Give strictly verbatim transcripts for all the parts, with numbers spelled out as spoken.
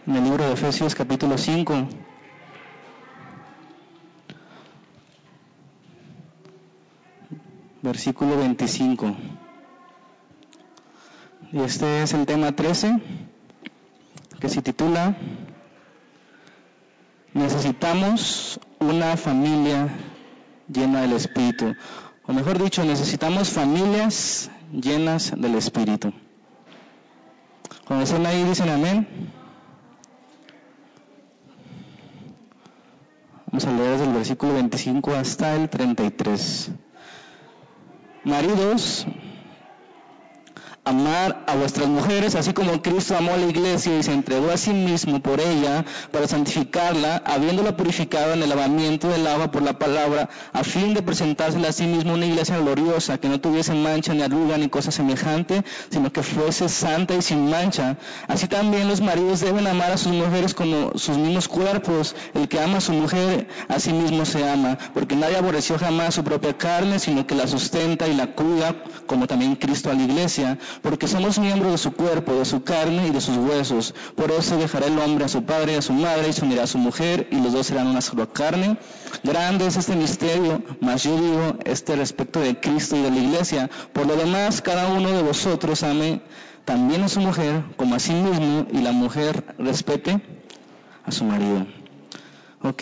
en el libro de Efesios capítulo cinco. Versículo veinticinco. Y este es el tema trece, que se titula Necesitamos una familia llena del Espíritu. O mejor dicho, necesitamos familias llenas del Espíritu. Cuando están ahí, dicen amén. Vamos a leer desde el versículo veinticinco hasta el treinta y tres. Maridos, amar a vuestras mujeres, así como Cristo amó a la iglesia y se entregó a sí mismo por ella, para santificarla, habiéndola purificado en el lavamiento del agua por la palabra, a fin de presentársela a sí mismo una iglesia gloriosa, que no tuviese mancha ni arruga ni cosa semejante, sino que fuese santa y sin mancha. Así también los maridos deben amar a sus mujeres como sus mismos cuerpos. El que ama a su mujer, a sí mismo se ama, porque nadie aborreció jamás su propia carne, sino que la sustenta y la cuida, como también Cristo a la iglesia, porque somos miembros de su cuerpo, de su carne y de sus huesos. Por eso dejará el hombre a su padre y a su madre, y se unirá a su mujer, y los dos serán una sola carne. Grande es este misterio, mas yo digo este respecto de Cristo y de la iglesia. Por lo demás, cada uno de vosotros ame también a su mujer como a sí mismo, y la mujer respete a su marido. Ok.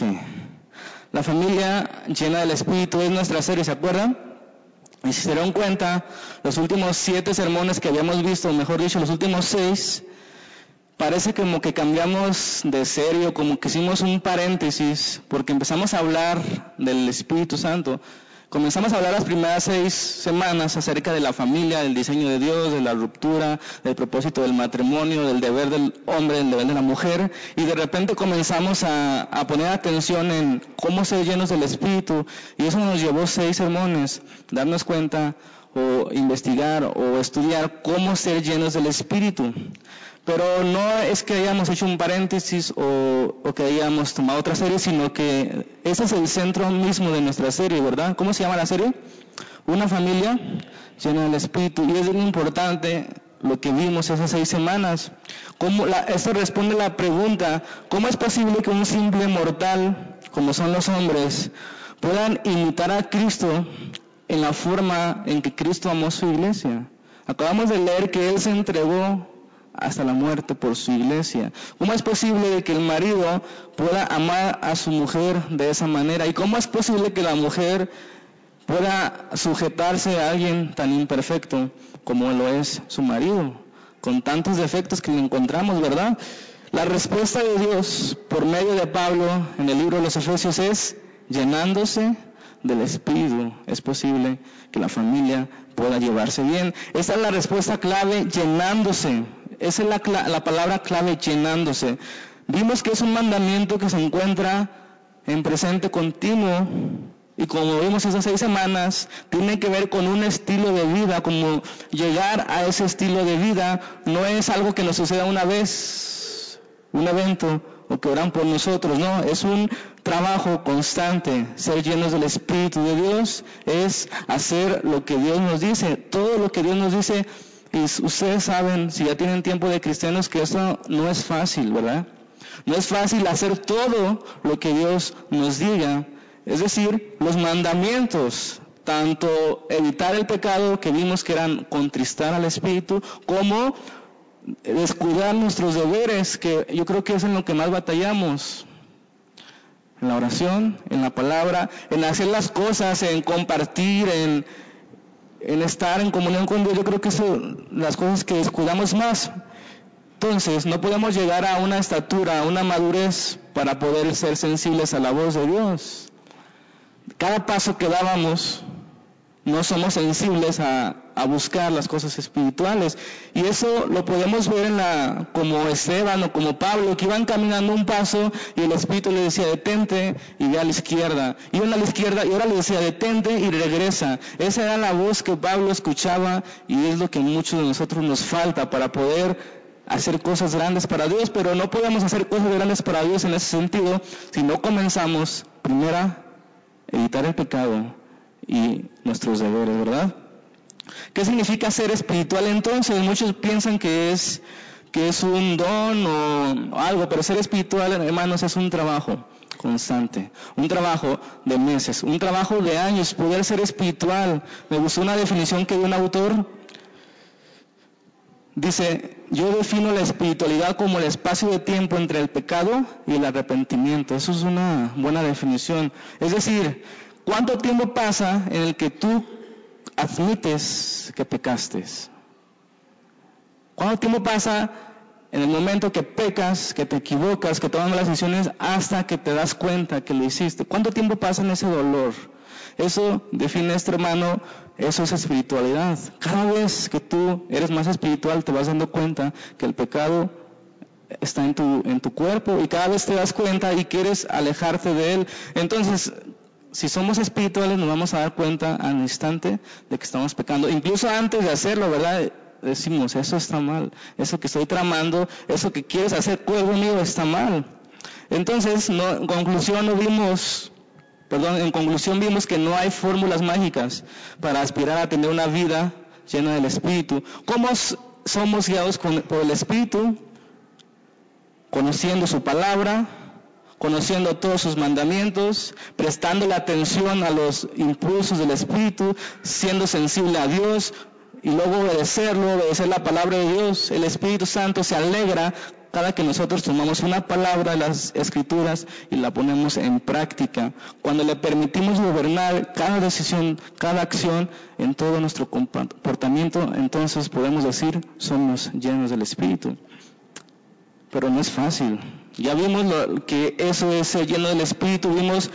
La familia llena del Espíritu es nuestra serie, ¿se acuerdan? Y si se dan cuenta, los últimos siete sermones que habíamos visto, o mejor dicho, los últimos seis, parece como que cambiamos de serio, como que hicimos un paréntesis, porque empezamos a hablar del Espíritu Santo. Comenzamos a hablar las primeras seis semanas acerca de la familia, del diseño de Dios, de la ruptura, del propósito del matrimonio, del deber del hombre, del deber de la mujer, y de repente comenzamos a, a poner atención en cómo ser llenos del Espíritu, y eso nos llevó seis sermones, darnos cuenta o investigar o estudiar cómo ser llenos del Espíritu. Pero no es que hayamos hecho un paréntesis o, o que hayamos tomado otra serie, sino que ese es el centro mismo de nuestra serie, ¿verdad? ¿Cómo se llama la serie? Una familia llena del Espíritu. Y es muy importante lo que vimos esas seis semanas. ¿Cómo la, esto responde a la pregunta, ¿cómo es posible que un simple mortal, como son los hombres, puedan imitar a Cristo en la forma en que Cristo amó su iglesia? Acabamos de leer que Él se entregó hasta la muerte por su iglesia. ¿Cómo es posible de que el marido pueda amar a su mujer de esa manera? ¿Y cómo es posible que la mujer pueda sujetarse a alguien tan imperfecto como lo es su marido, con tantos defectos que le encontramos, verdad? La respuesta de Dios por medio de Pablo en el libro de los Efesios es: llenándose del Espíritu es posible que la familia pueda llevarse bien. Esa es la respuesta clave, llenándose. Esa es la, la palabra clave, llenándose. Vimos que es un mandamiento que se encuentra en presente continuo, y como vimos esas seis semanas, tiene que ver con un estilo de vida. Como llegar a ese estilo de vida no es algo que nos suceda una vez, un evento, o que oran por nosotros, no, es un trabajo constante. Ser llenos del Espíritu de Dios es hacer lo que Dios nos dice, todo lo que Dios nos dice. Y ustedes saben, si ya tienen tiempo de cristianos, que eso no es fácil, ¿verdad? No es fácil hacer todo lo que Dios nos diga. Es decir, los mandamientos, tanto evitar el pecado, que vimos que eran contristar al Espíritu, como descuidar nuestros deberes, que yo creo que es en lo que más batallamos. En la oración, en la palabra, en hacer las cosas, en compartir, en... en estar en comunión con Dios. Yo creo que son las cosas que descuidamos más. Entonces, no podemos llegar a una estatura, a una madurez para poder ser sensibles a la voz de Dios. Cada paso que dábamos, no somos sensibles a, a buscar las cosas espirituales. Y eso lo podemos ver en la, como Esteban o como Pablo, que iban caminando un paso y el Espíritu le decía detente y ve a la izquierda. Iban a la izquierda y ahora le decía detente y regresa. Esa era la voz que Pablo escuchaba, y es lo que a muchos de nosotros nos falta para poder hacer cosas grandes para Dios. Pero no podemos hacer cosas grandes para Dios en ese sentido si no comenzamos primero evitar el pecado y nuestros deberes, ¿verdad? ¿Qué significa ser espiritual entonces? Muchos piensan que es que es un don o algo, pero ser espiritual, hermanos, es un trabajo constante, un trabajo de meses, un trabajo de años, poder ser espiritual. Me gustó una definición que dio un autor, dice, yo defino la espiritualidad como el espacio de tiempo entre el pecado y el arrepentimiento. Eso es una buena definición. Es decir, ¿cuánto tiempo pasa en el que tú admites que pecaste? ¿Cuánto tiempo pasa en el momento que pecas, que te equivocas, que tomas malas decisiones, hasta que te das cuenta que lo hiciste? ¿Cuánto tiempo pasa en ese dolor? Eso define este hermano, eso es espiritualidad. Cada vez que tú eres más espiritual te vas dando cuenta que el pecado está en tu, en tu cuerpo, y cada vez te das cuenta y quieres alejarte de él. Entonces, si somos espirituales nos vamos a dar cuenta al instante de que estamos pecando, incluso antes de hacerlo, ¿verdad? Decimos, eso está mal, eso que estoy tramando, eso que quieres hacer, cuerpo mío, está mal. Entonces, no, en conclusión no vimos, perdón, en conclusión vimos que no hay fórmulas mágicas para aspirar a tener una vida llena del Espíritu. ¿Cómo somos guiados con, por el Espíritu? Conociendo su palabra, conociendo todos sus mandamientos, prestándole atención a los impulsos del Espíritu, siendo sensible a Dios, y luego obedecerlo, obedecer la palabra de Dios. El Espíritu Santo se alegra cada que nosotros tomamos una palabra de las Escrituras y la ponemos en práctica. Cuando le permitimos gobernar cada decisión, cada acción en todo nuestro comportamiento, entonces podemos decir, somos llenos del Espíritu. Pero no es fácil. Ya vimos lo, que eso es ser lleno del Espíritu. Vimos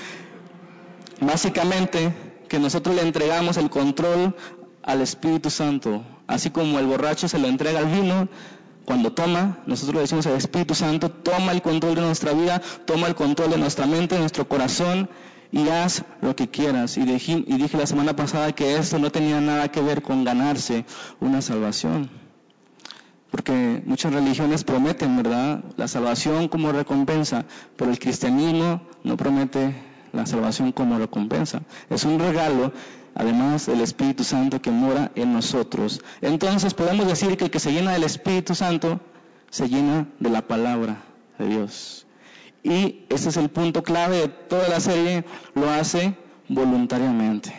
básicamente que nosotros le entregamos el control al Espíritu Santo, así como el borracho se lo entrega al vino. Cuando toma, nosotros le decimos al Espíritu Santo, toma el control de nuestra vida, toma el control de nuestra mente, de nuestro corazón, y haz lo que quieras. Y dije, y dije la semana pasada que esto no tenía nada que ver con ganarse una salvación, porque muchas religiones prometen, ¿verdad?, la salvación como recompensa, pero el cristianismo no promete la salvación como recompensa. Es un regalo, además del Espíritu Santo que mora en nosotros. Entonces podemos decir que el que se llena del Espíritu Santo se llena de la palabra de Dios. Y este es el punto clave de toda la serie, lo hace voluntariamente.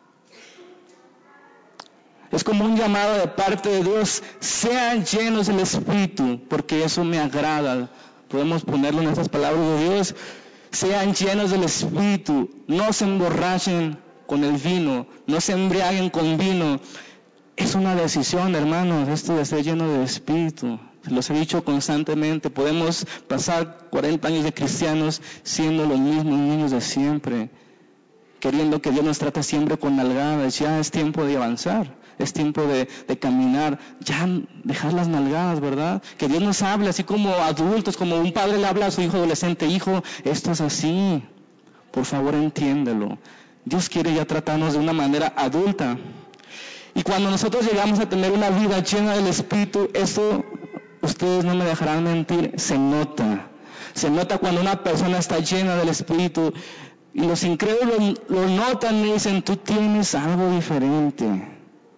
Es como un llamado de parte de Dios, sean llenos del Espíritu, porque eso me agrada. Podemos ponerlo en estas palabras de Dios, sean llenos del Espíritu, no se emborrachen con el vino, no se embriaguen con vino. Es una decisión, hermanos, esto de ser lleno del Espíritu. Se los he dicho constantemente, podemos pasar cuarenta años de cristianos siendo los mismos niños de siempre, queriendo que Dios nos trate siempre con nalgadas. Ya es tiempo de avanzar, es tiempo de, de caminar, ya dejar las nalgadas, ¿verdad? Que Dios nos hable así como adultos, como un padre le habla a su hijo adolescente, hijo, esto es así, por favor entiéndelo. Dios quiere ya tratarnos de una manera adulta. Y cuando nosotros llegamos a tener una vida llena del Espíritu, eso, ustedes no me dejarán mentir, se nota. Se nota cuando una persona está llena del Espíritu. Y los incrédulos lo notan y dicen, tú tienes algo diferente.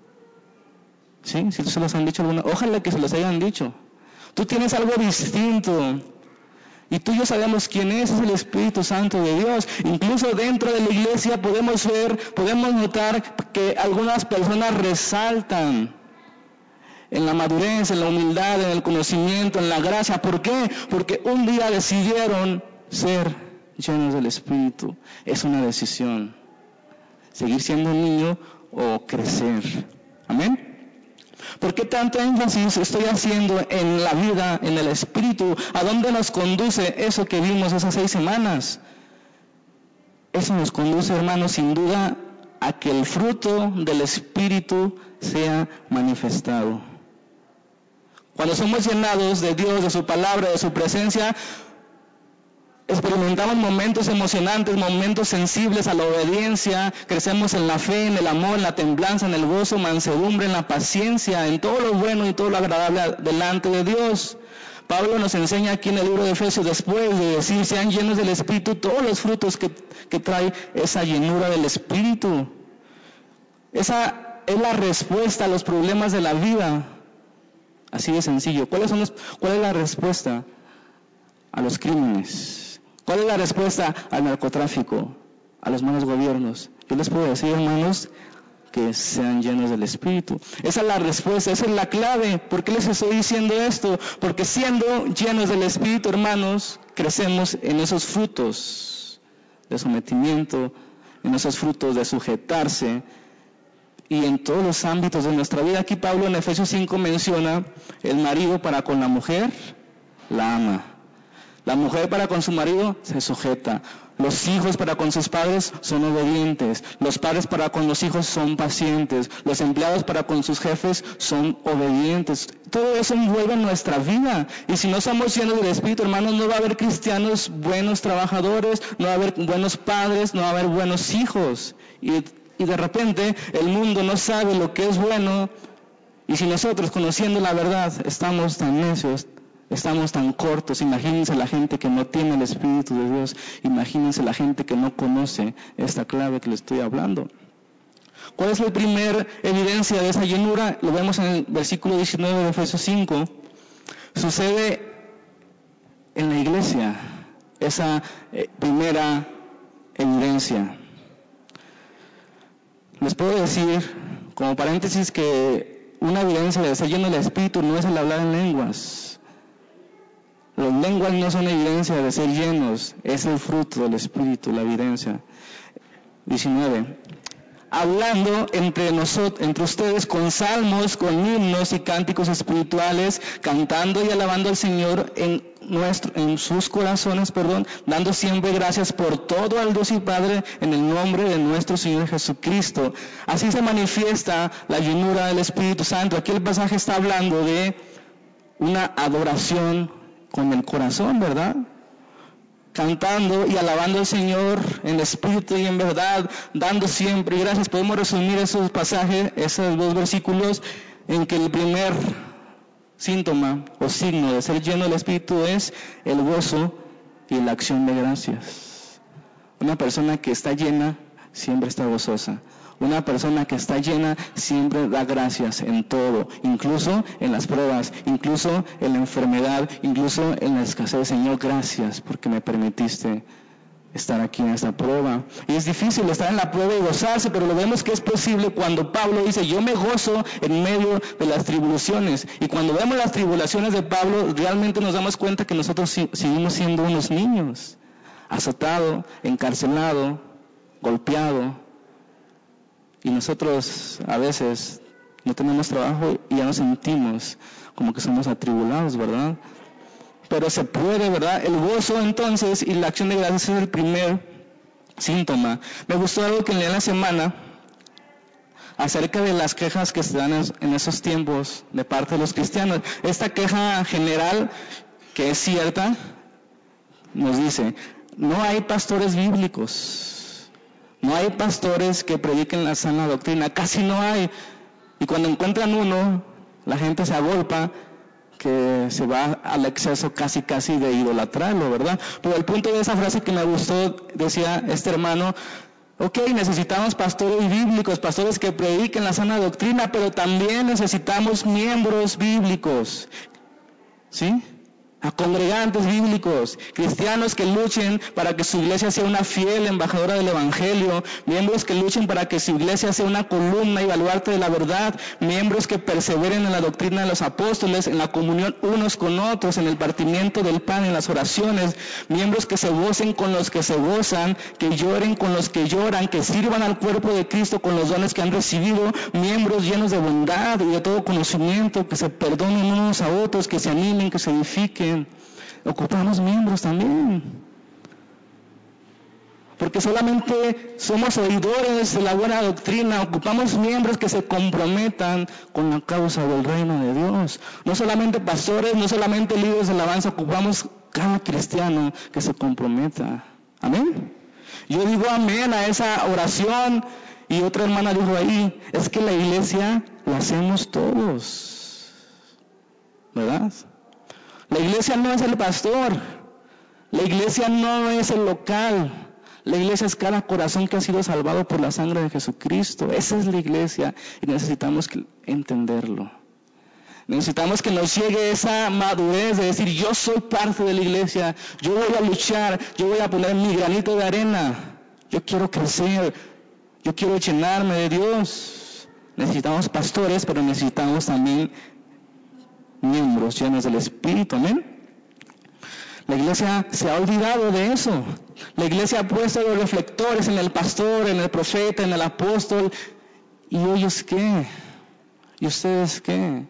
¿Sí? Si se los han dicho alguna, ojalá que se los hayan dicho. Tú tienes algo distinto. Y tú y yo sabemos quién es, es el Espíritu Santo de Dios. Incluso dentro de la iglesia podemos ver, podemos notar que algunas personas resaltan en la madurez, en la humildad, en el conocimiento, en la gracia. ¿Por qué? Porque un día decidieron ser llenos del Espíritu. Es una decisión. Seguir siendo un niño o crecer. Amén. ¿Por qué tanto énfasis estoy haciendo en la vida, en el Espíritu? ¿A dónde nos conduce eso que vimos esas seis semanas? Eso nos conduce, hermanos, sin duda, a que el fruto del Espíritu sea manifestado. Cuando somos llenados de Dios, de su palabra, de su presencia, experimentamos momentos emocionantes, momentos sensibles a la obediencia, crecemos en la fe, en el amor, en la templanza, en el gozo, mansedumbre, en la paciencia, en todo lo bueno y todo lo agradable delante de Dios. Pablo nos enseña aquí en el libro de Efesios, después de decir, sean llenos del Espíritu, todos los frutos que, que trae esa llenura del Espíritu. Esa es la respuesta a los problemas de la vida. Así de sencillo. ¿Cuáles son los, ¿Cuál es la respuesta a los crímenes? ¿Cuál es la respuesta al narcotráfico, a los malos gobiernos? Yo les puedo decir, hermanos, que sean llenos del Espíritu. Esa es la respuesta, esa es la clave. ¿Por qué les estoy diciendo esto? Porque siendo llenos del Espíritu, hermanos, crecemos en esos frutos de sometimiento, en esos frutos de sujetarse, y en todos los ámbitos de nuestra vida. Aquí Pablo en Efesios cinco menciona: el marido para con la mujer la ama, la mujer para con su marido se sujeta, los hijos para con sus padres son obedientes, los padres para con los hijos son pacientes, los empleados para con sus jefes son obedientes. Todo eso envuelve nuestra vida, y si no somos llenos del Espíritu, hermanos, no va a haber cristianos buenos trabajadores, no va a haber buenos padres, no va a haber buenos hijos, y Y de repente el mundo no sabe lo que es bueno, y si nosotros, conociendo la verdad, estamos tan necios, estamos tan cortos, imagínense la gente que no tiene el Espíritu de Dios, imagínense la gente que no conoce esta clave que les estoy hablando. ¿Cuál es la primera evidencia de esa llenura? Lo vemos en el versículo diecinueve de Efesios cinco. Sucede en la iglesia, esa eh, primera evidencia. Les puedo decir, como paréntesis, que una evidencia de estar lleno del Espíritu no es el hablar en lenguas. Las lenguas no son evidencia de ser llenos, es el fruto del Espíritu, la evidencia. diecinueve. Hablando entre nosotros, entre ustedes, con salmos, con himnos y cánticos espirituales, cantando y alabando al Señor en nuestro, en sus corazones, perdón, dando siempre gracias por todo al Dios y Padre en el nombre de nuestro Señor Jesucristo. Así se manifiesta la llenura del Espíritu Santo. Aquí el pasaje está hablando de una adoración con el corazón, ¿verdad? Cantando y alabando al Señor en espíritu y en verdad, dando siempre gracias. Podemos resumir esos pasajes, esos dos versículos, en que el primer síntoma o signo de ser lleno del Espíritu es el gozo y la acción de gracias. Una persona que está llena siempre está gozosa. Una persona que está llena siempre da gracias en todo, incluso en las pruebas, incluso en la enfermedad, incluso en la escasez. Señor, gracias porque me permitiste estar aquí en esta prueba. Y es difícil estar en la prueba y gozarse, pero lo vemos que es posible cuando Pablo dice: yo me gozo en medio de las tribulaciones. Y cuando vemos las tribulaciones de Pablo, realmente nos damos cuenta que nosotros seguimos siendo unos niños, azotado, encarcelado, golpeado. Y nosotros a veces no tenemos trabajo y ya nos sentimos como que somos atribulados, ¿verdad? Pero se puede, ¿verdad? El gozo entonces y la acción de gracias es el primer síntoma. Me gustó algo que leí en la semana acerca de las quejas que se dan en esos tiempos de parte de los cristianos. Esta queja general, que es cierta, nos dice: no hay pastores bíblicos. No hay pastores que prediquen la sana doctrina, casi no hay. Y cuando encuentran uno, la gente se agolpa, que se va al exceso casi casi de idolatrarlo, ¿verdad? Pero el punto de esa frase que me gustó, decía este hermano: ok, necesitamos pastores bíblicos, pastores que prediquen la sana doctrina, pero también necesitamos miembros bíblicos, ¿sí? A congregantes bíblicos, cristianos que luchen para que su iglesia sea una fiel embajadora del Evangelio, miembros que luchen para que su iglesia sea una columna y baluarte de la verdad, miembros que perseveren en la doctrina de los apóstoles, en la comunión unos con otros, en el partimiento del pan, en las oraciones, miembros que se gocen con los que se gozan, que lloren con los que lloran, que sirvan al cuerpo de Cristo con los dones que han recibido, miembros llenos de bondad y de todo conocimiento, que se perdonen unos a otros, que se animen, que se edifiquen. Ocupamos miembros también, porque solamente somos oidores de la buena doctrina. Ocupamos miembros que se comprometan con la causa del reino de Dios. No solamente pastores, no solamente líderes de alabanza, ocupamos cada cristiano que se comprometa. Amén. Yo digo amén a esa oración. Y otra hermana dijo ahí: es que la iglesia la hacemos todos, ¿verdad? La iglesia no es el pastor, la iglesia no es el local, la iglesia es cada corazón que ha sido salvado por la sangre de Jesucristo. Esa es la iglesia y necesitamos entenderlo. Necesitamos que nos llegue esa madurez de decir, yo soy parte de la iglesia, yo voy a luchar, yo voy a poner mi granito de arena, yo quiero crecer, yo quiero llenarme de Dios. Necesitamos pastores, pero necesitamos también miembros llenos del Espíritu, amén. La iglesia se ha olvidado de eso. La iglesia ha puesto los reflectores en el pastor, en el profeta, en el apóstol. ¿Y ellos qué? ¿Y ustedes qué?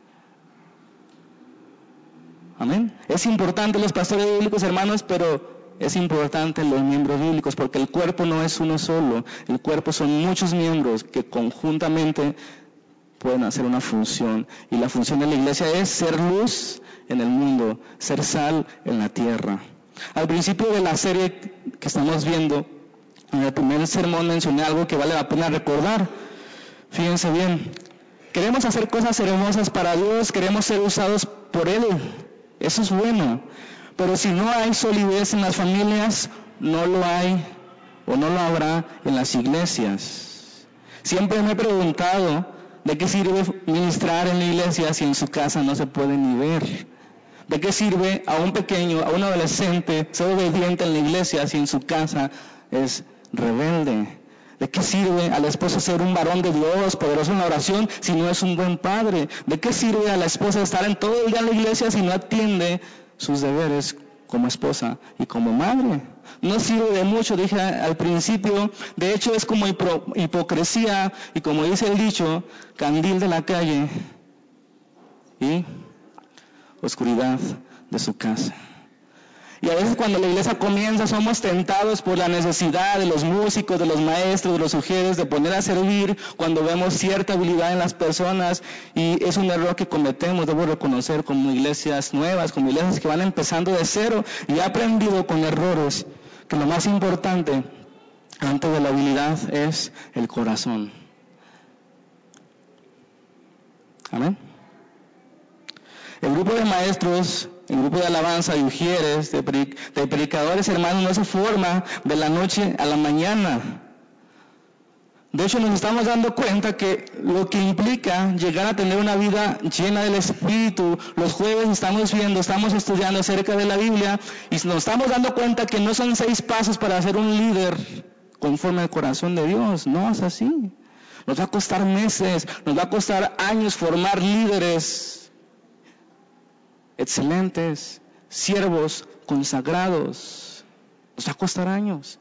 Amén. Es importante los pastores bíblicos, hermanos, pero es importante los miembros bíblicos, porque el cuerpo no es uno solo. El cuerpo son muchos miembros que conjuntamente pueden hacer una función. Y la función de la iglesia es ser luz en el mundo, ser sal en la tierra. Al principio de la serie que estamos viendo, en el primer sermón mencioné algo que vale la pena recordar. Fíjense bien, queremos hacer cosas hermosas para Dios, queremos ser usados por Él. Eso es bueno. Pero si no hay solidez en las familias, no lo hay o no lo habrá en las iglesias. Siempre me he preguntado, ¿de qué sirve ministrar en la iglesia si en su casa no se puede ni ver? ¿De qué sirve a un pequeño, a un adolescente, ser obediente en la iglesia si en su casa es rebelde? ¿De qué sirve al esposo ser un varón de Dios, poderoso en la oración, si no es un buen padre? ¿De qué sirve a la esposa estar en todo el día en la iglesia si no atiende sus deberes como esposa y como madre? No sirve de mucho, dije al principio. De hecho es como hipo- hipocresía y, como dice el dicho, candil de la calle y oscuridad de su casa. Y a veces cuando la iglesia comienza somos tentados por la necesidad de los músicos, de los maestros, de los sugieres, de poner a servir cuando vemos cierta habilidad en las personas, y es un error que cometemos, debo reconocer, como iglesias nuevas, como iglesias que van empezando de cero, y he aprendido con errores que lo más importante antes de la habilidad es el corazón. Amén. El grupo de maestros, el grupo de alabanza, de ujieres, de, predic- de predicadores, hermanos, no se forma de la noche a la mañana. De hecho, nos estamos dando cuenta que lo que implica llegar a tener una vida llena del Espíritu, los jueves estamos viendo, estamos estudiando acerca de la Biblia, y nos estamos dando cuenta que no son seis pasos para ser un líder conforme al corazón de Dios. No es así. Nos va a costar meses, nos va a costar años formar líderes excelentes, siervos consagrados. Nos va a costar años.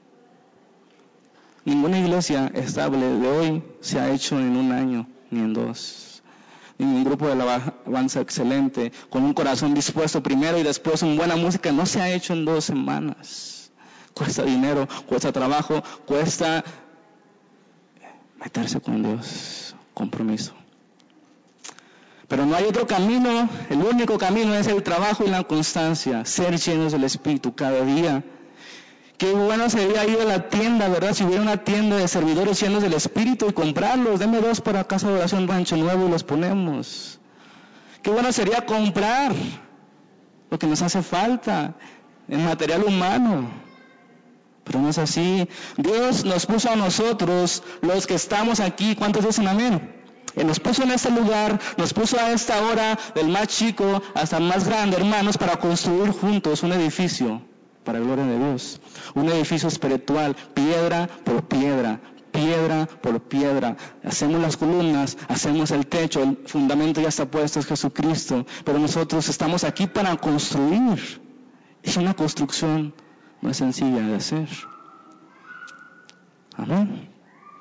Ninguna iglesia estable de hoy se ha hecho en un año, ni en dos. Ningún grupo de alabanza excelente, con un corazón dispuesto primero y después en buena música, no se ha hecho en dos semanas. Cuesta dinero, cuesta trabajo, cuesta meterse con Dios, compromiso. Pero no hay otro camino, el único camino es el trabajo y la constancia, ser llenos del Espíritu cada día. Qué bueno sería ir a la tienda, ¿verdad? Si hubiera una tienda de servidores llenos del Espíritu y comprarlos. Deme dos para Casa de Oración Rancho Nuevo y los ponemos. Qué bueno sería comprar lo que nos hace falta en material humano. Pero no es así. Dios nos puso a nosotros, los que estamos aquí, ¿cuántos dicen amén? Él nos puso en este lugar, nos puso a esta hora, del más chico hasta el más grande, hermanos, para construir juntos un edificio para la gloria de Dios. Un edificio espiritual, piedra por piedra, piedra por piedra. Hacemos las columnas, hacemos el techo, el fundamento ya está puesto, es Jesucristo. Pero nosotros estamos aquí para construir. Es una construcción muy sencilla de hacer. Amén.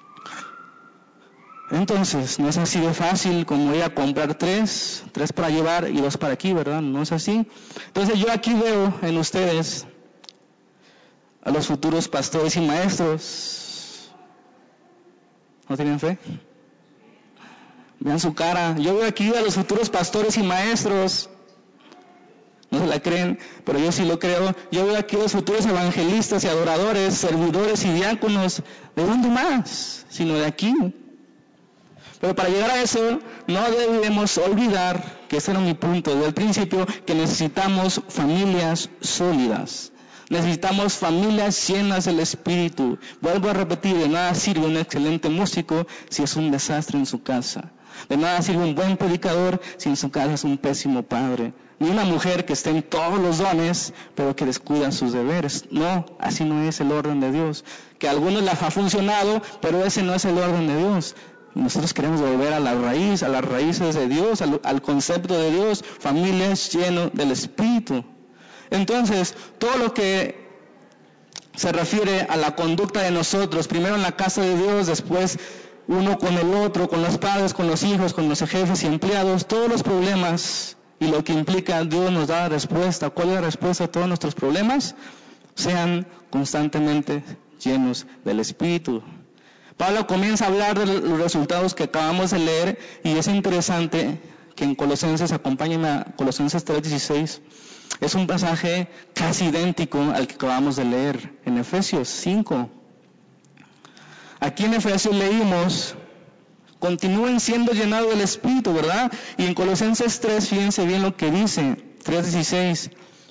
Entonces, no es así de fácil como ir a comprar tres, tres para llevar y dos para aquí, ¿verdad? No es así. Entonces yo aquí veo en ustedes a los futuros pastores y maestros. ¿No tienen fe? Vean su cara. Yo veo aquí a los futuros pastores y maestros. No se la creen, pero yo sí lo creo. Yo veo aquí a los futuros evangelistas y adoradores, servidores y diáconos. ¿De dónde más? Sino de aquí. Pero para llegar a eso, no debemos olvidar, que ese era mi punto desde el principio, que necesitamos familias sólidas. Necesitamos familias llenas del Espíritu. Vuelvo a repetir, de nada sirve un excelente músico si es un desastre en su casa. De nada sirve un buen predicador si en su casa es un pésimo padre. Ni una mujer que esté en todos los dones, pero que descuida sus deberes. No, así no es el orden de Dios. Que a algunos les ha funcionado, pero ese no es el orden de Dios. Nosotros queremos volver a la raíz, a las raíces de Dios, al, al concepto de Dios, familias llenas del Espíritu. Entonces, todo lo que se refiere a la conducta de nosotros, primero en la casa de Dios, después uno con el otro, con los padres, con los hijos, con los jefes y empleados, todos los problemas y lo que implica Dios nos da la respuesta. ¿Cuál es la respuesta a todos nuestros problemas? Sean constantemente llenos del Espíritu. Pablo comienza a hablar de los resultados que acabamos de leer y es interesante que en Colosenses, acompáñenme a Colosenses tres dieciséis, es un pasaje casi idéntico al que acabamos de leer en Efesios cinco. Aquí en Efesios leímos, continúen siendo llenados del Espíritu, ¿verdad? Y en Colosenses tres, fíjense bien lo que dice, tres dieciséis.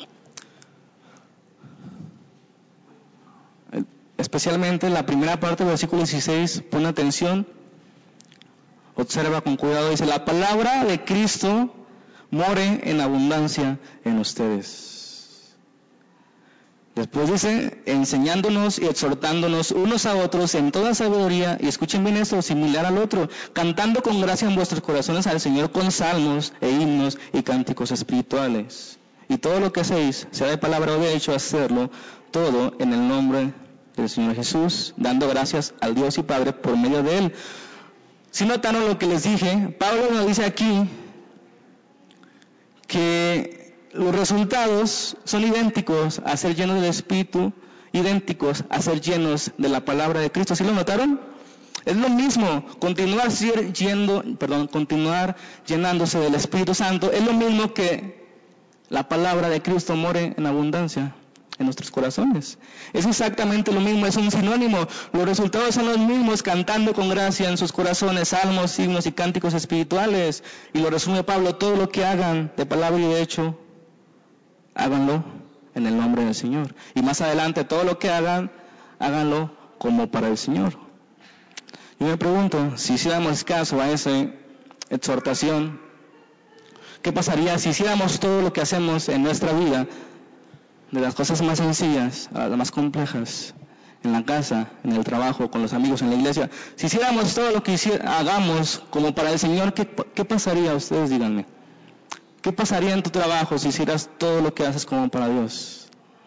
Especialmente la primera parte del versículo dieciséis, pon atención, observa con cuidado, dice, la palabra de Cristo more en abundancia en ustedes. Después dice, enseñándonos y exhortándonos unos a otros en toda sabiduría, y escuchen bien esto, similar al otro, cantando con gracia en vuestros corazones al Señor con salmos e himnos y cánticos espirituales. Y todo lo que hacéis, sea de palabra o de hecho, hacerlo todo en el nombre del Señor Jesús, dando gracias al Dios y Padre por medio de Él. Si notaron lo que les dije, Pablo nos dice aquí que los resultados son idénticos a ser llenos del Espíritu, idénticos a ser llenos de la palabra de Cristo. ¿Sí lo notaron? Es lo mismo, continuar yendo, perdón, continuar llenándose del Espíritu Santo, es lo mismo que la palabra de Cristo more en abundancia en nuestros corazones. Es exactamente lo mismo, es un sinónimo. Los resultados son los mismos, cantando con gracia en sus corazones, salmos, himnos y cánticos espirituales. Y lo resume Pablo, todo lo que hagan de palabra y de hecho, háganlo en el nombre del Señor. Y más adelante, todo lo que hagan, háganlo como para el Señor. Yo me pregunto, si hiciéramos caso a esa exhortación, ¿qué pasaría si hiciéramos todo lo que hacemos en nuestra vida, de las cosas más sencillas a las más complejas, en la casa, en el trabajo, con los amigos, en la iglesia? Si hiciéramos todo lo que hiciera, hagamos como para el Señor, ¿qué, qué pasaría? Ustedes díganme. ¿Qué pasaría en tu trabajo si hicieras todo lo que haces como para Dios?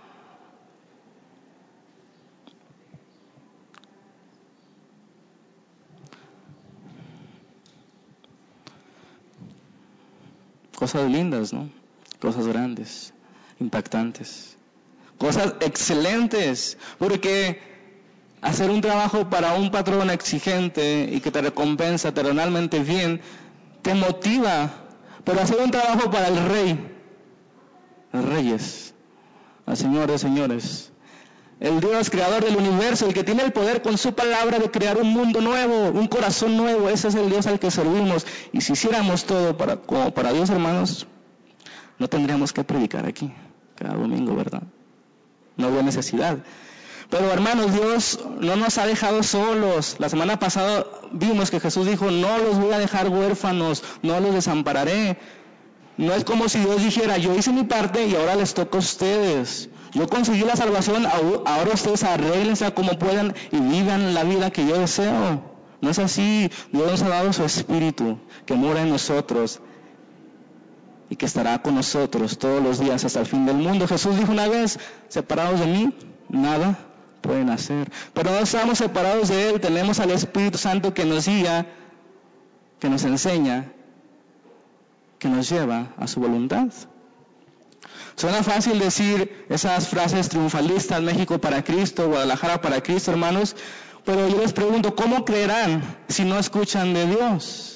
Cosas lindas, ¿no? Cosas grandes, impactantes. Cosas excelentes, porque hacer un trabajo para un patrón exigente y que te recompensa terrenalmente bien, te motiva, pero hacer un trabajo para el Rey, los reyes, al Señor de señores, el Dios creador del universo, el que tiene el poder con su palabra de crear un mundo nuevo, un corazón nuevo, ese es el Dios al que servimos. Y si hiciéramos todo para, como para Dios, hermanos, no tendríamos que predicar aquí cada domingo, ¿verdad? No había necesidad. Pero hermanos, Dios no nos ha dejado solos. La semana pasada vimos que Jesús dijo, no los voy a dejar huérfanos, no los desampararé. No es como si Dios dijera, yo hice mi parte y ahora les toca a ustedes. Yo conseguí la salvación, ahora ustedes arréglense como puedan y vivan la vida que yo deseo. No es así. Dios nos ha dado su Espíritu que mora en nosotros y que estará con nosotros todos los días hasta el fin del mundo. Jesús dijo una vez, separados de mí, nada pueden hacer. Pero no estamos separados de Él, tenemos al Espíritu Santo que nos guía, que nos enseña, que nos lleva a su voluntad. Suena fácil decir esas frases triunfalistas, México para Cristo, Guadalajara para Cristo, hermanos, pero yo les pregunto, ¿cómo creerán si no escuchan de Dios?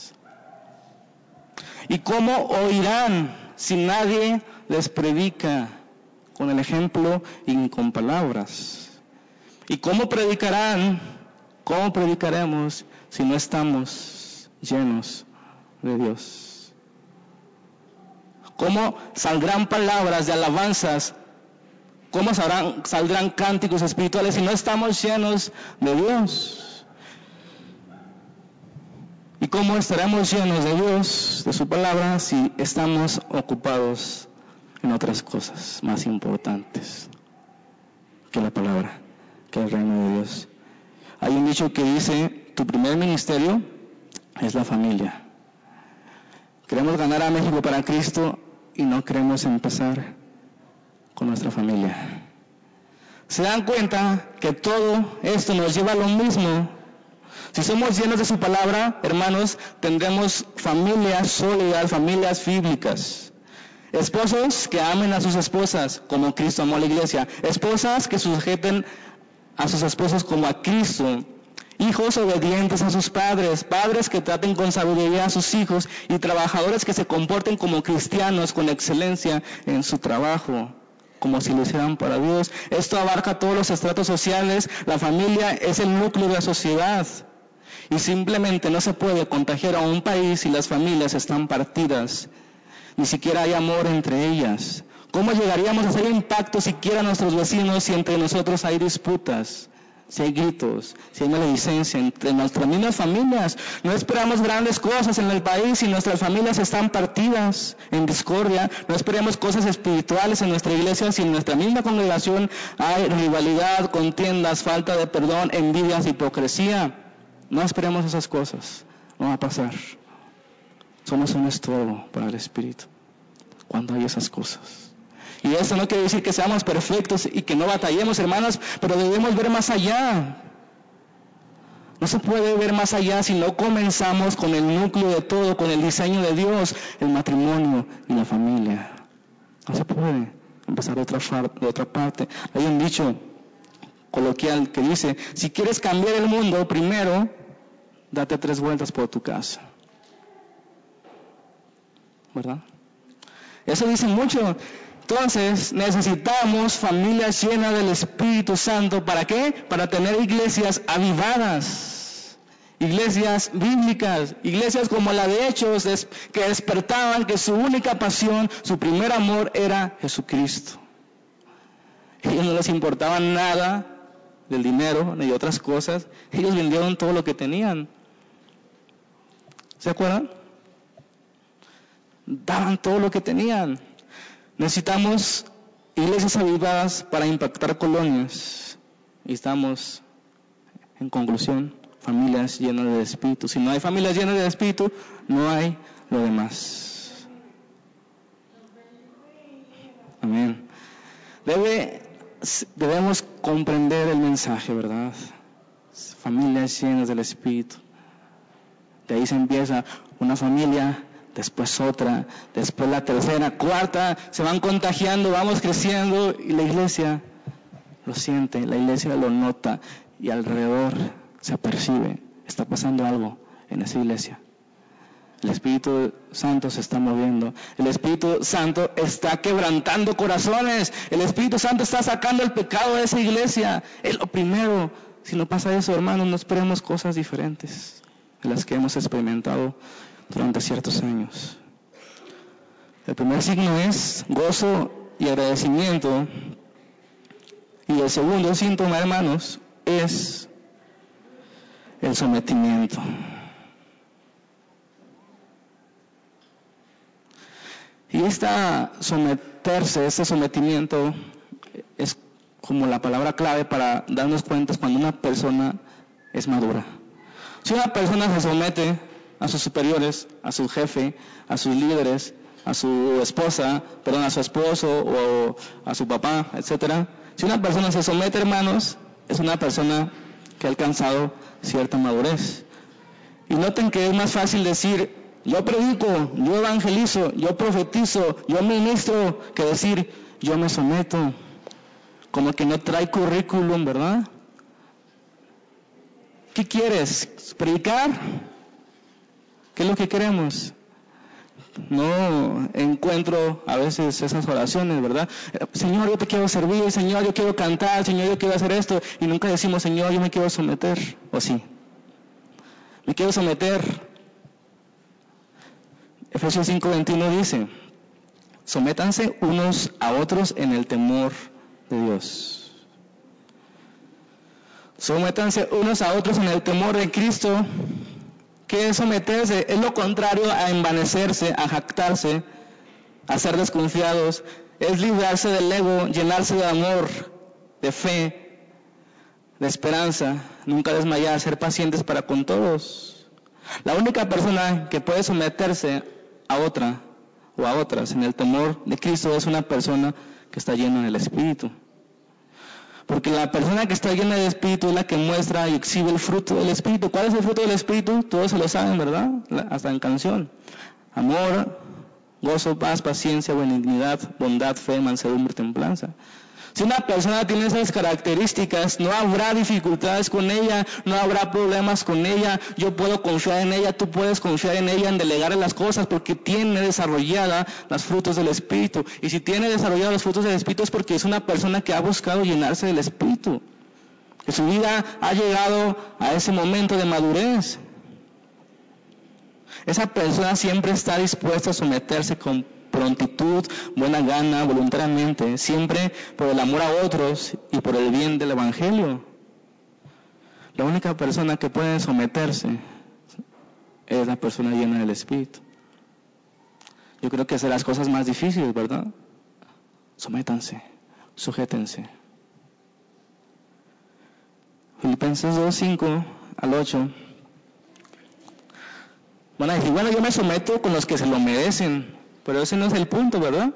¿Y cómo oirán si nadie les predica con el ejemplo y con palabras? ¿Y cómo predicarán, cómo predicaremos si no estamos llenos de Dios? ¿Cómo saldrán palabras de alabanzas? ¿Cómo saldrán, saldrán cánticos espirituales si no estamos llenos de Dios? ¿Y cómo estaremos llenos de Dios, de su palabra, si estamos ocupados en otras cosas más importantes que la palabra, que el reino de Dios? Hay un dicho que dice, tu primer ministerio es la familia. Queremos ganar a México para Cristo y no queremos empezar con nuestra familia. ¿Se dan cuenta que todo esto nos lleva a lo mismo? Si somos llenos de su palabra, hermanos, tendremos familias sólidas, familias bíblicas. Esposos que amen a sus esposas como Cristo amó a la iglesia. Esposas que sujeten a sus esposos como a Cristo. Hijos obedientes a sus padres. Padres que traten con sabiduría a sus hijos. Y trabajadores que se comporten como cristianos con excelencia en su trabajo, como si lo hicieran para Dios. Esto abarca todos los estratos sociales. La familia es el núcleo de la sociedad. Y simplemente no se puede contagiar a un país si las familias están partidas. Ni siquiera hay amor entre ellas. ¿Cómo llegaríamos a hacer impacto siquiera a nuestros vecinos si entre nosotros hay disputas, si hay gritos, si hay maledicencia entre nuestras mismas familias? No esperamos grandes cosas en el país si nuestras familias están partidas en discordia. No esperemos cosas espirituales en nuestra iglesia si en nuestra misma congregación hay rivalidad, contiendas, falta de perdón, envidias, hipocresía. No esperemos esas cosas, no va a pasar. Somos un estorbo para el Espíritu cuando hay esas cosas. Y eso no quiere decir que seamos perfectos y que no batallemos, hermanos, pero debemos ver más allá. No se puede ver más allá si no comenzamos con el núcleo de todo, con el diseño de Dios, el matrimonio y la familia. No se puede empezar de otra, de otra parte. Hay un dicho coloquial que dice, si quieres cambiar el mundo, primero, date tres vueltas por tu casa. ¿Verdad? Eso dice mucho. Entonces, necesitamos familias llenas del Espíritu Santo. ¿Para qué? Para tener iglesias avivadas, iglesias bíblicas, iglesias como la de Hechos, que despertaban que su única pasión, su primer amor era Jesucristo. A ellos no les importaba nada del dinero ni de otras cosas. Ellos vendieron todo lo que tenían. ¿Se acuerdan? Daban todo lo que tenían. Necesitamos iglesias avivadas para impactar colonias. Y estamos, en conclusión, familias llenas de Espíritu. Si no hay familias llenas de Espíritu, no hay lo demás. Amén. Debe, debemos comprender el mensaje, ¿verdad? Familias llenas del Espíritu. De ahí se empieza una familia, después otra, después la tercera, cuarta, se van contagiando, vamos creciendo y la iglesia lo siente, la iglesia lo nota y alrededor se percibe, está pasando algo en esa iglesia. El Espíritu Santo se está moviendo, el Espíritu Santo está quebrantando corazones, el Espíritu Santo está sacando el pecado de esa iglesia. Es lo primero. Si no pasa eso, hermanos, no esperemos cosas diferentes de las que hemos experimentado durante ciertos años. El primer signo es gozo y agradecimiento. Y el segundo síntoma, hermanos, es el sometimiento. Y esta someterse, este sometimiento es como la palabra clave para darnos cuenta cuando una persona es madura. Si una persona se somete a sus superiores, a su jefe, a sus líderes, a su esposa, perdón, a su esposo o a su papá, etcétera. Si una persona se somete, hermanos, es una persona que ha alcanzado cierta madurez. Y noten que es más fácil decir, yo predico, yo evangelizo, yo profetizo, yo ministro, que decir, yo me someto. Como que no trae currículum, ¿verdad? ¿Qué quieres? ¿Predicar? ¿Qué es lo que queremos? No encuentro a veces esas oraciones, ¿verdad? Señor, yo te quiero servir, Señor, yo quiero cantar, Señor, yo quiero hacer esto. Y nunca decimos, Señor, yo me quiero someter. ¿O sí? Me quiero someter. Efesios cinco veintiuno dice, sométanse unos a otros en el temor de Dios. Sométanse unos a otros en el temor de Cristo, ¿Qué es someterse? Es lo contrario a envanecerse, a jactarse, a ser desconfiados. Es librarse del ego, llenarse de amor, de fe, de esperanza, nunca desmayar, ser pacientes para con todos. La única persona que puede someterse a otra o a otras en el temor de Cristo es una persona que está llena del Espíritu. Porque la persona que está llena del Espíritu es la que muestra y exhibe el fruto del Espíritu. ¿Cuál es el fruto del Espíritu? Todos se lo saben, ¿verdad? Hasta en canción. Amor, gozo, paz, paciencia, benignidad, bondad, fe, mansedumbre, templanza. Si una persona tiene esas características, no habrá dificultades con ella, no habrá problemas con ella. Yo puedo confiar en ella, tú puedes confiar en ella, en delegarle las cosas, porque tiene desarrollada los frutos del Espíritu. Y si tiene desarrollados los frutos del Espíritu es porque es una persona que ha buscado llenarse del Espíritu, que su vida ha llegado a ese momento de madurez. Esa persona siempre está dispuesta a someterse con prontitud, buena gana, voluntariamente, siempre por el amor a otros y por el bien del Evangelio. La única persona que puede someterse es la persona llena del Espíritu. Yo creo que es de las cosas más difíciles, ¿verdad? Sométanse, sujétense. Filipenses dos, cinco al ocho. Van a decir, bueno, yo me someto con los que se lo merecen, pero ese no es el punto, ¿verdad?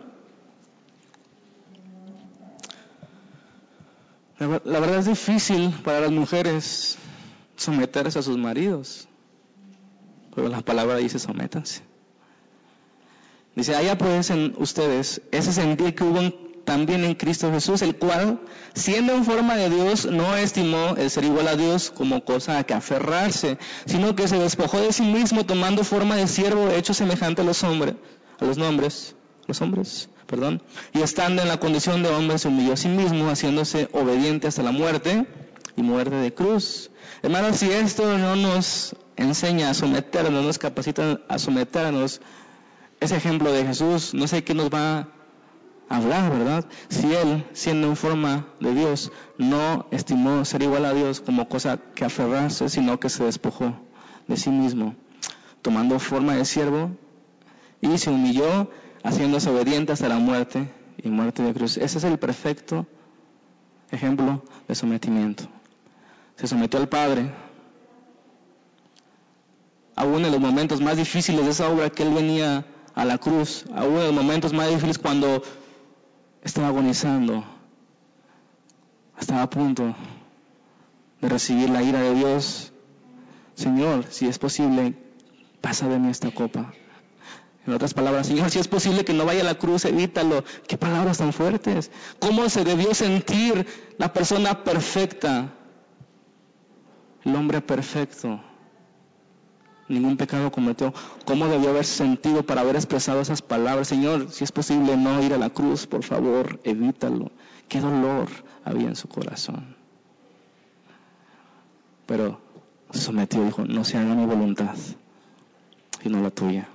La, la verdad es difícil para las mujeres someterse a sus maridos, pero la palabra dice sométanse. Dice, haya pues en ustedes ese sentir que hubo en, también en Cristo Jesús, el cual, siendo en forma de Dios, no estimó el ser igual a Dios como cosa a que aferrarse, sino que se despojó de sí mismo, tomando forma de siervo, hecho semejante a los hombres, a los nombres, los hombres, perdón, y estando en la condición de hombre, se humilló a sí mismo, haciéndose obediente hasta la muerte y muerte de cruz. Hermanos, si esto no nos enseña a someternos, no nos capacita a someternos, ese ejemplo de Jesús, no sé qué nos va a hablar, ¿verdad? Si Él, siendo en forma de Dios, no estimó ser igual a Dios como cosa que aferrarse, sino que se despojó de sí mismo, tomando forma de siervo, y se humilló, haciéndose obediente hasta la muerte y muerte de cruz. Ese es el perfecto ejemplo de sometimiento. Se sometió al Padre, aún en los momentos más difíciles de esa obra que Él venía a la cruz, aún en los momentos más difíciles cuando estaba agonizando, estaba a punto de recibir la ira de Dios. Señor, si es posible, pasa de mí esta copa. En otras palabras, Señor, si es posible que no vaya a la cruz, evítalo. Qué palabras tan fuertes. ¿Cómo se debió sentir la persona perfecta? El hombre perfecto. Ningún pecado cometió. ¿Cómo debió haberse sentido para haber expresado esas palabras? Señor, si es posible no ir a la cruz, por favor, evítalo. Qué dolor había en su corazón. Pero se sometió, dijo, no se haga mi voluntad, sino la tuya.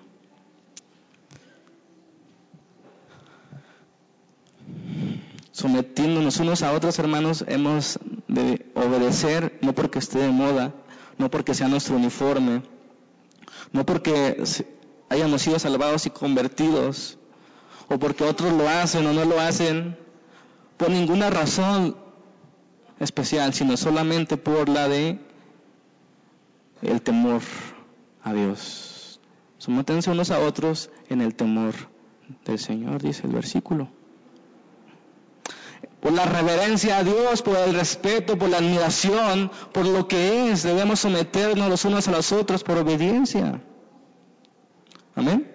Sometiéndonos unos a otros, hermanos, hemos de obedecer, no porque esté de moda, no porque sea nuestro uniforme, no porque hayamos sido salvados y convertidos, o porque otros lo hacen o no lo hacen, por ninguna razón especial, sino solamente por la de el temor a Dios. Sométense unos a otros en el temor del Señor, dice el versículo. Por la reverencia a Dios, por el respeto, por la admiración, por lo que es, debemos someternos los unos a los otros por obediencia. Amén.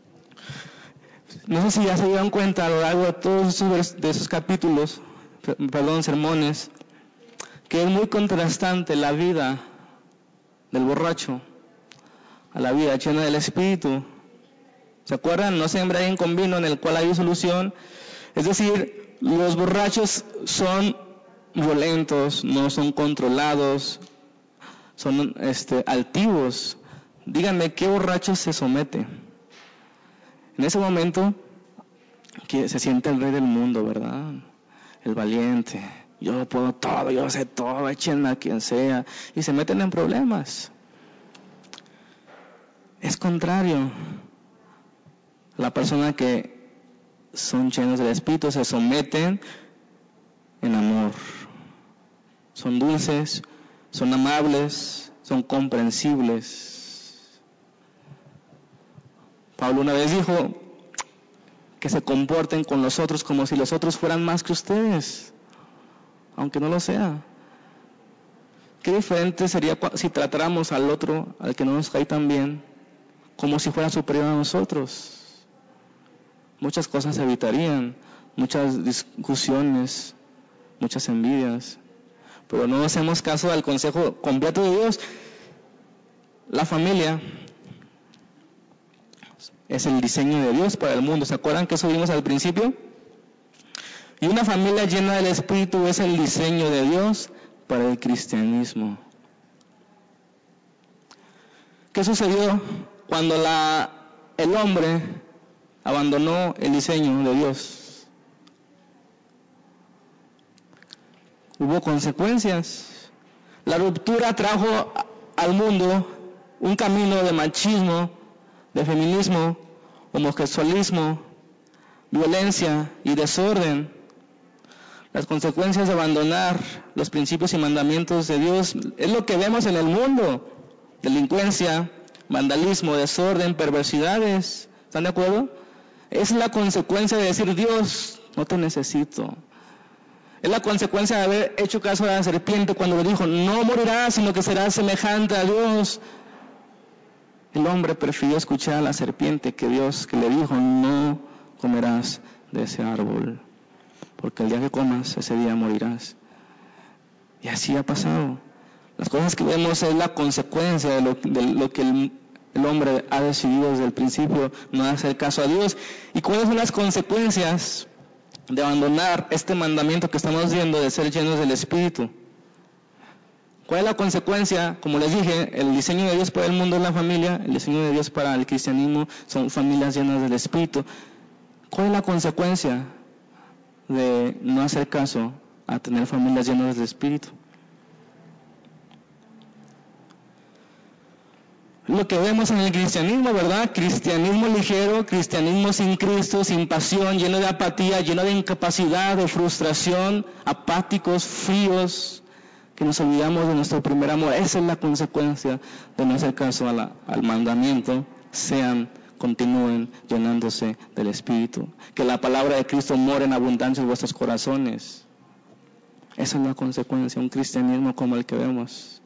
No sé si ya se dieron cuenta a lo largo de todos esos, de esos capítulos, perdón, sermones, que es muy contrastante la vida del borracho a la vida llena del Espíritu. ¿Se acuerdan? No se embriaguen con vino en el cual hay solución. Es decir, los borrachos son violentos, no son controlados, son este, altivos. Díganme, ¿qué borracho se somete? En ese momento que se siente el rey del mundo, ¿verdad? El valiente. Yo puedo todo, yo sé todo, échenme a quien sea. Y se meten en problemas. Es contrario. La persona que son llenos del Espíritu se someten en amor. Son dulces, son amables, son comprensibles. Pablo una vez dijo que se comporten con los otros como si los otros fueran más que ustedes, aunque no lo sea. Qué diferente sería si tratáramos al otro, al que no nos cae tan bien, como si fuera superior a nosotros. Muchas cosas se evitarían, muchas discusiones, muchas envidias. Pero no hacemos caso al consejo completo de Dios. La familia es el diseño de Dios para el mundo. ¿Se acuerdan que eso vimos al principio? Y una familia llena del Espíritu es el diseño de Dios para el cristianismo. ¿Qué sucedió cuando la, el hombre abandonó el diseño de Dios? Hubo consecuencias. La ruptura trajo al mundo un camino de machismo, de feminismo, homosexualismo, violencia y desorden. Las consecuencias de abandonar los principios y mandamientos de Dios es lo que vemos en el mundo: delincuencia, vandalismo, desorden, perversidades. ¿Están de acuerdo? Es la consecuencia de decir: Dios, no te necesito. Es la consecuencia de haber hecho caso a la serpiente cuando le dijo: no morirás, sino que serás semejante a Dios. El hombre prefirió escuchar a la serpiente que Dios, que le dijo: no comerás de ese árbol, porque el día que comas, ese día morirás. Y así ha pasado. Las cosas que vemos es la consecuencia de lo, de lo que el, el hombre ha decidido desde el principio, no hacer caso a Dios. ¿Y cuáles son las consecuencias de abandonar este mandamiento que estamos viendo de ser llenos del Espíritu? ¿Cuál es la consecuencia? Como les dije, el diseño de Dios para el mundo es la familia, el diseño de Dios para el cristianismo son familias llenas del Espíritu. ¿Cuál es la consecuencia de no hacer caso a tener familias llenas del Espíritu? Lo que vemos en el cristianismo, ¿verdad? Cristianismo ligero, cristianismo sin Cristo, sin pasión, lleno de apatía, lleno de incapacidad, de frustración, apáticos, fríos, que nos olvidamos de nuestro primer amor. Esa es la consecuencia de no hacer caso a la, al mandamiento. Sean, continúen llenándose del Espíritu. Que la palabra de Cristo more en abundancia en vuestros corazones. Esa es la consecuencia, un cristianismo como el que vemos.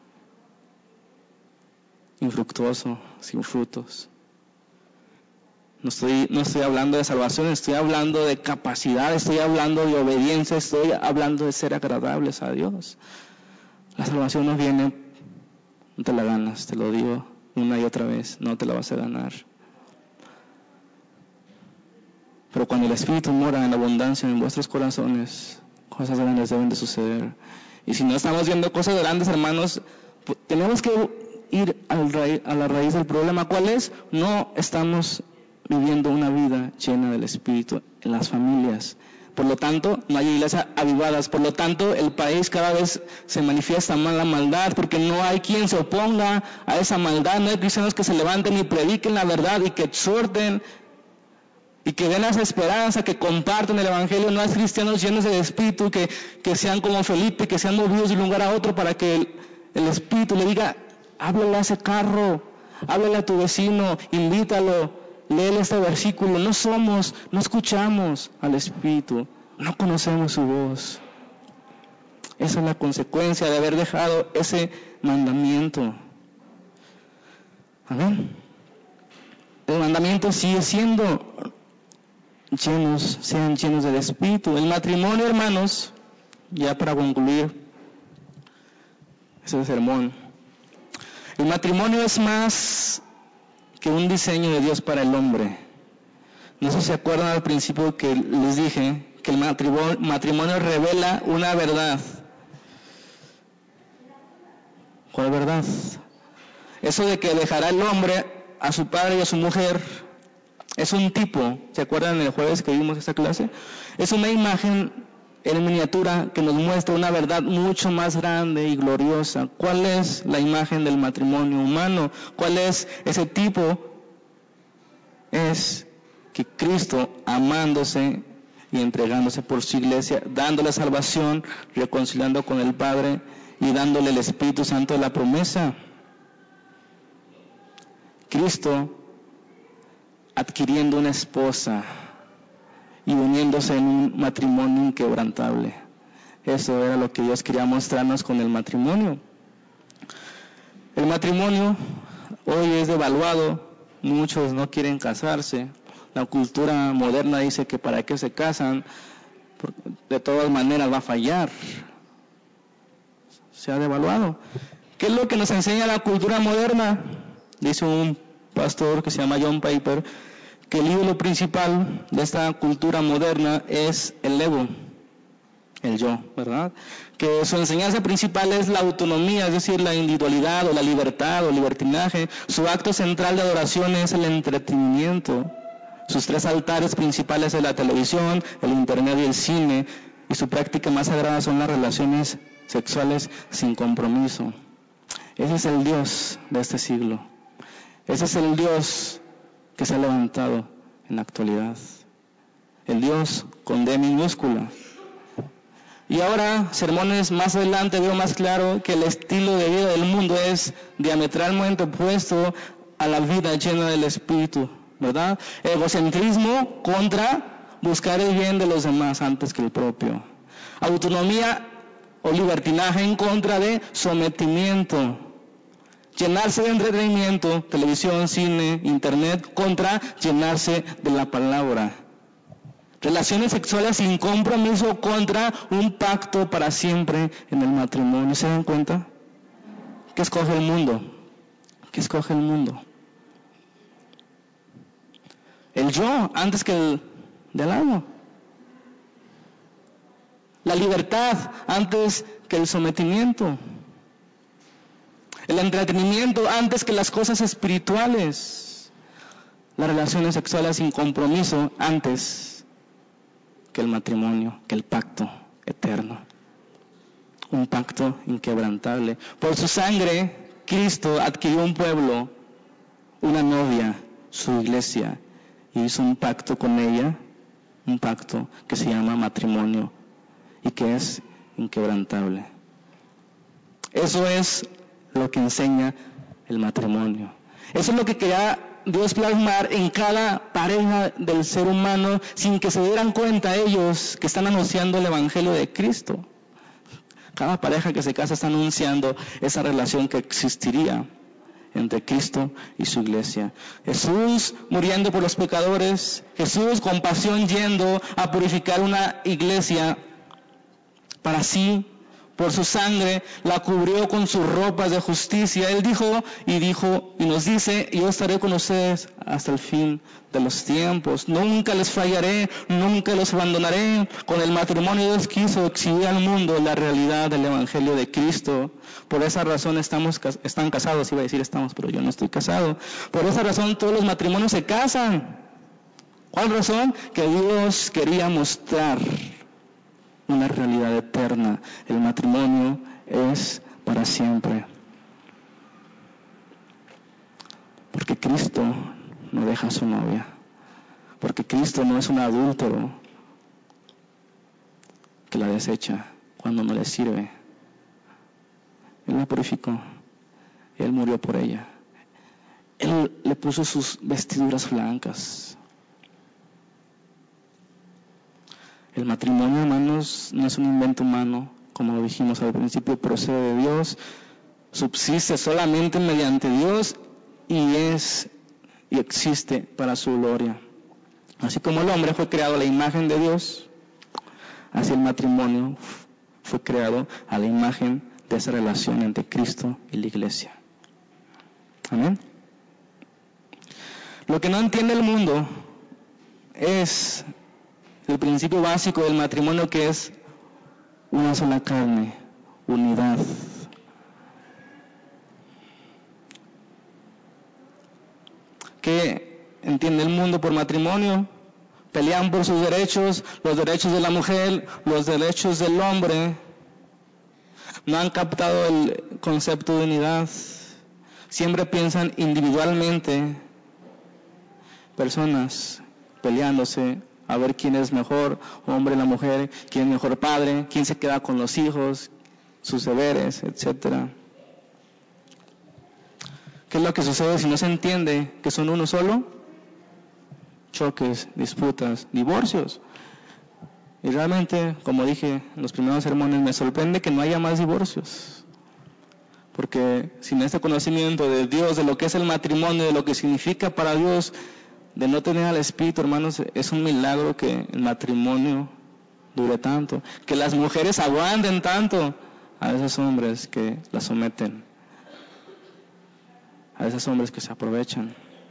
Infructuoso, sin frutos. No estoy, no estoy hablando de salvación, estoy hablando de capacidad, estoy hablando de obediencia, estoy hablando de ser agradables a Dios. La salvación no viene, no te la ganas, te lo digo una y otra vez, no te la vas a ganar. Pero cuando el Espíritu mora en abundancia en vuestros corazones, cosas grandes deben de suceder. Y si no estamos viendo cosas grandes, hermanos, tenemos que ir al ra- a la raíz del problema. ¿Cuál es? No estamos viviendo una vida llena del Espíritu en las familias. Por lo tanto, no hay iglesias avivadas. Por lo tanto, el país cada vez se manifiesta más la maldad, porque no hay quien se oponga a esa maldad. No hay cristianos que se levanten y prediquen la verdad y que exhorten y que den esa esperanza, que compartan el Evangelio. No hay cristianos llenos del Espíritu que, que sean como Felipe, que sean movidos de un lugar a otro para que el, el Espíritu le diga: háblale a ese carro, háblale a tu vecino, invítalo. Léele este versículo. No somos, no escuchamos al Espíritu, no conocemos su voz. Esa es la consecuencia de haber dejado ese mandamiento. Amén. El mandamiento sigue siendo llenos, sean llenos del Espíritu. El matrimonio, hermanos, ya para concluir ese sermón, el matrimonio es más que un diseño de Dios para el hombre. No sé si se acuerdan al principio que les dije que el matrimonio, matrimonio revela una verdad. ¿Cuál verdad? Eso de que dejará el hombre a su padre y a su mujer es un tipo. ¿Se acuerdan el jueves que vimos esta clase? Es una imagen en miniatura que nos muestra una verdad mucho más grande y gloriosa. ¿Cuál es la imagen del matrimonio humano? ¿Cuál es ese tipo? Es que Cristo, amándose y entregándose por su iglesia, dándole salvación, reconciliando con el Padre y dándole el Espíritu Santo de la promesa. Cristo adquiriendo una esposa y uniéndose en un matrimonio inquebrantable. Eso era lo que Dios quería mostrarnos con el matrimonio. El matrimonio hoy es devaluado, muchos no quieren casarse. La cultura moderna dice que para qué se casan, de todas maneras va a fallar. Se ha devaluado. ¿Qué es lo que nos enseña la cultura moderna? Dice un pastor que se llama John Piper, que el ídolo principal de esta cultura moderna es el ego, el yo, ¿verdad? Que su enseñanza principal es la autonomía, es decir, la individualidad o la libertad o libertinaje. Su acto central de adoración es el entretenimiento. Sus tres altares principales son la televisión, el internet y el cine, y su práctica más sagrada son las relaciones sexuales sin compromiso. Ese es el Dios de este siglo. Ese es el Dios que se ha levantado en la actualidad. El Dios con D minúscula. Y ahora, sermones más adelante, veo más claro que el estilo de vida del mundo es diametralmente opuesto a la vida llena del Espíritu, ¿verdad? Egocentrismo contra buscar el bien de los demás antes que el propio. Autonomía o libertinaje en contra de sometimiento. Llenarse de entretenimiento, televisión, cine, internet, contra llenarse de la palabra. Relaciones sexuales sin compromiso contra un pacto para siempre en el matrimonio. ¿Se dan cuenta? ¿Qué escoge el mundo? ¿Qué escoge el mundo? El yo antes que el del lado. La libertad antes que el sometimiento. El entretenimiento antes que las cosas espirituales. Las relaciones sexuales sin compromiso antes que el matrimonio, que el pacto eterno. Un pacto inquebrantable. Por su sangre, Cristo adquirió un pueblo, una novia, su iglesia, y hizo un pacto con ella, un pacto que se llama matrimonio y que es inquebrantable. Eso es lo que enseña el matrimonio. Eso es lo que quería Dios plasmar en cada pareja del ser humano sin que se dieran cuenta ellos que están anunciando el Evangelio de Cristo. Cada pareja que se casa está anunciando esa relación que existiría entre Cristo y su iglesia. Jesús muriendo por los pecadores, Jesús con pasión yendo a purificar una iglesia para sí. Por su sangre la cubrió con sus ropas de justicia. Él dijo y dijo y nos dice: yo estaré con ustedes hasta el fin de los tiempos. Nunca les fallaré, nunca los abandonaré. Con el matrimonio Dios quiso exhibir al mundo la realidad del Evangelio de Cristo. Por esa razón estamos están casados. Iba a decir estamos, pero yo no estoy casado. Por esa razón todos los matrimonios se casan. ¿Cuál razón? Que Dios quería mostrar una realidad eterna. El matrimonio es para siempre. Porque Cristo no deja a su novia. Porque Cristo no es un adúltero que la desecha cuando no le sirve. Él la purificó. Él murió por ella. Él le puso sus vestiduras blancas. El matrimonio, hermanos, no es un invento humano, como lo dijimos al principio, procede de Dios, subsiste solamente mediante Dios y es y existe para su gloria. Así como el hombre fue creado a la imagen de Dios, así el matrimonio fue creado a la imagen de esa relación entre Cristo y la iglesia. Amén. Lo que no entiende el mundo es el principio básico del matrimonio, que es una sola carne, unidad. ¿Qué entiende el mundo por matrimonio? pelean por sus derechos, los derechos de la mujer, los derechos del hombre. No han captado el concepto de unidad. Siempre piensan individualmente. Personas peleándose a ver quién es mejor, hombre o la mujer, quién es mejor padre, quién se queda con los hijos, sus deberes, etcétera. ¿Qué es lo que sucede si no se entiende que son uno solo? Choques, disputas, divorcios. Y realmente, como dije en los primeros sermones, me sorprende que no haya más divorcios. Porque sin este conocimiento de Dios, de lo que es el matrimonio, de lo que significa para Dios, de no tener al Espíritu, hermanos, es un milagro que el matrimonio dure tanto. Que las mujeres aguanten tanto a esos hombres que las someten. A esos hombres que se aprovechan.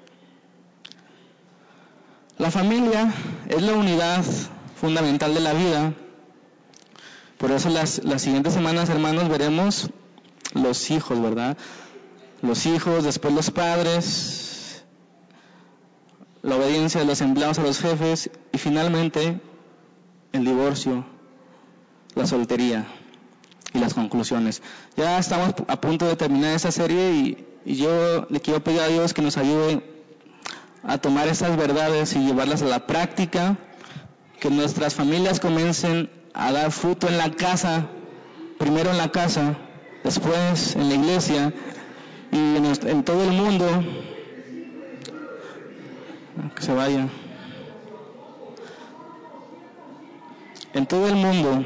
La familia es la unidad fundamental de la vida. Por eso las, las siguientes semanas, hermanos, veremos los hijos, ¿verdad? Los hijos, después los padres, la obediencia de los empleados a los jefes y finalmente el divorcio, la soltería y las conclusiones. Ya estamos a punto de terminar esta serie y, y yo le quiero pedir a Dios que nos ayude a tomar estas verdades y llevarlas a la práctica, que nuestras familias comiencen a dar fruto en la casa, primero en la casa, después en la iglesia y en, en todo el mundo. Que se vaya. En todo el mundo,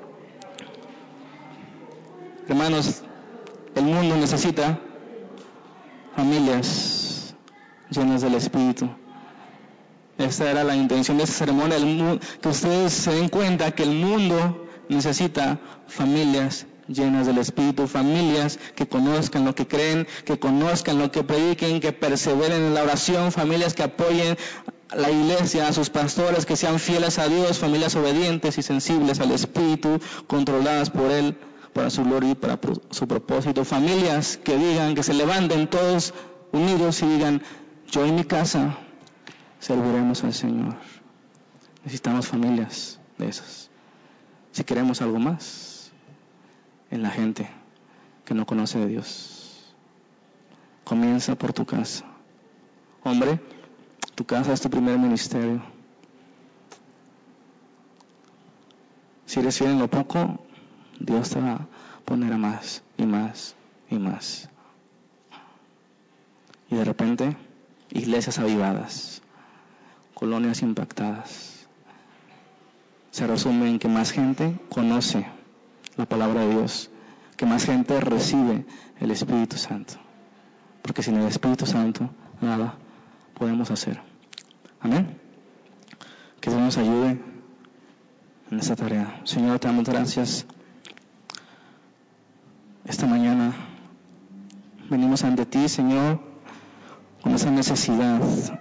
hermanos, el mundo necesita familias llenas del Espíritu. Esta era la intención de esta ceremonia, el, que ustedes se den cuenta que el mundo necesita familias llenas del Espíritu, familias que conozcan lo que creen, que conozcan lo que prediquen, que perseveren en la oración, familias que apoyen a la iglesia, a sus pastores, que sean fieles a Dios, familias obedientes y sensibles al Espíritu, controladas por Él, para su gloria y para su propósito. Familias que digan, que se levanten todos unidos y digan: yo y mi casa serviremos al Señor. Necesitamos familias de esas. Si queremos algo más en la gente que no conoce de Dios, comienza por tu casa. Hombre, tu casa es tu primer ministerio. Si eres fiel en lo poco, Dios te va a poner a más y más y más. Y de repente, iglesias avivadas, colonias impactadas. Se resume en que más gente conoce la palabra de Dios, que más gente recibe el Espíritu Santo. Porque sin el Espíritu Santo, nada podemos hacer. Amén. Que Dios nos ayude en esta tarea. Señor, te damos gracias. Esta mañana venimos ante ti, Señor, con esa necesidad,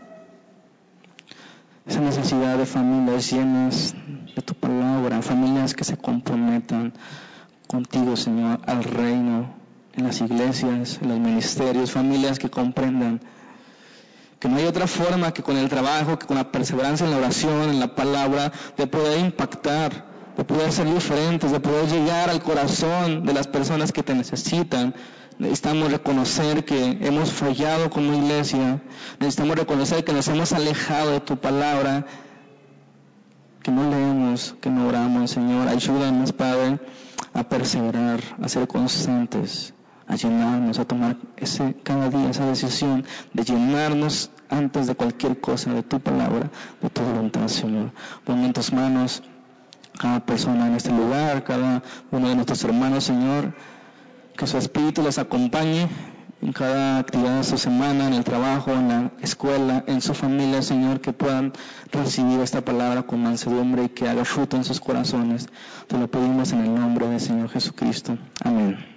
esa necesidad de familias llenas de tu palabra, familias que se comprometan contigo, Señor, al reino, en las iglesias, en los ministerios, familias que comprendan que no hay otra forma que con el trabajo, que con la perseverancia en la oración, en la palabra, de poder impactar, de poder ser diferentes, de poder llegar al corazón de las personas que te necesitan. Necesitamos reconocer que hemos fallado como iglesia. Necesitamos reconocer que nos hemos alejado de tu palabra, que no leemos, que no oramos. Señor, ayúdanos, Padre, a perseverar, a ser constantes, a llenarnos, a tomar ese cada día esa decisión de llenarnos antes de cualquier cosa de tu palabra, de tu voluntad, Señor. Pon en tus manos cada persona en este lugar, cada uno de nuestros hermanos, Señor. Que su Espíritu les acompañe en cada actividad de su semana, en el trabajo, en la escuela, en su familia, Señor, que puedan recibir esta palabra con mansedumbre y que haga fruto en sus corazones. Te lo pedimos en el nombre del Señor Jesucristo. Amén.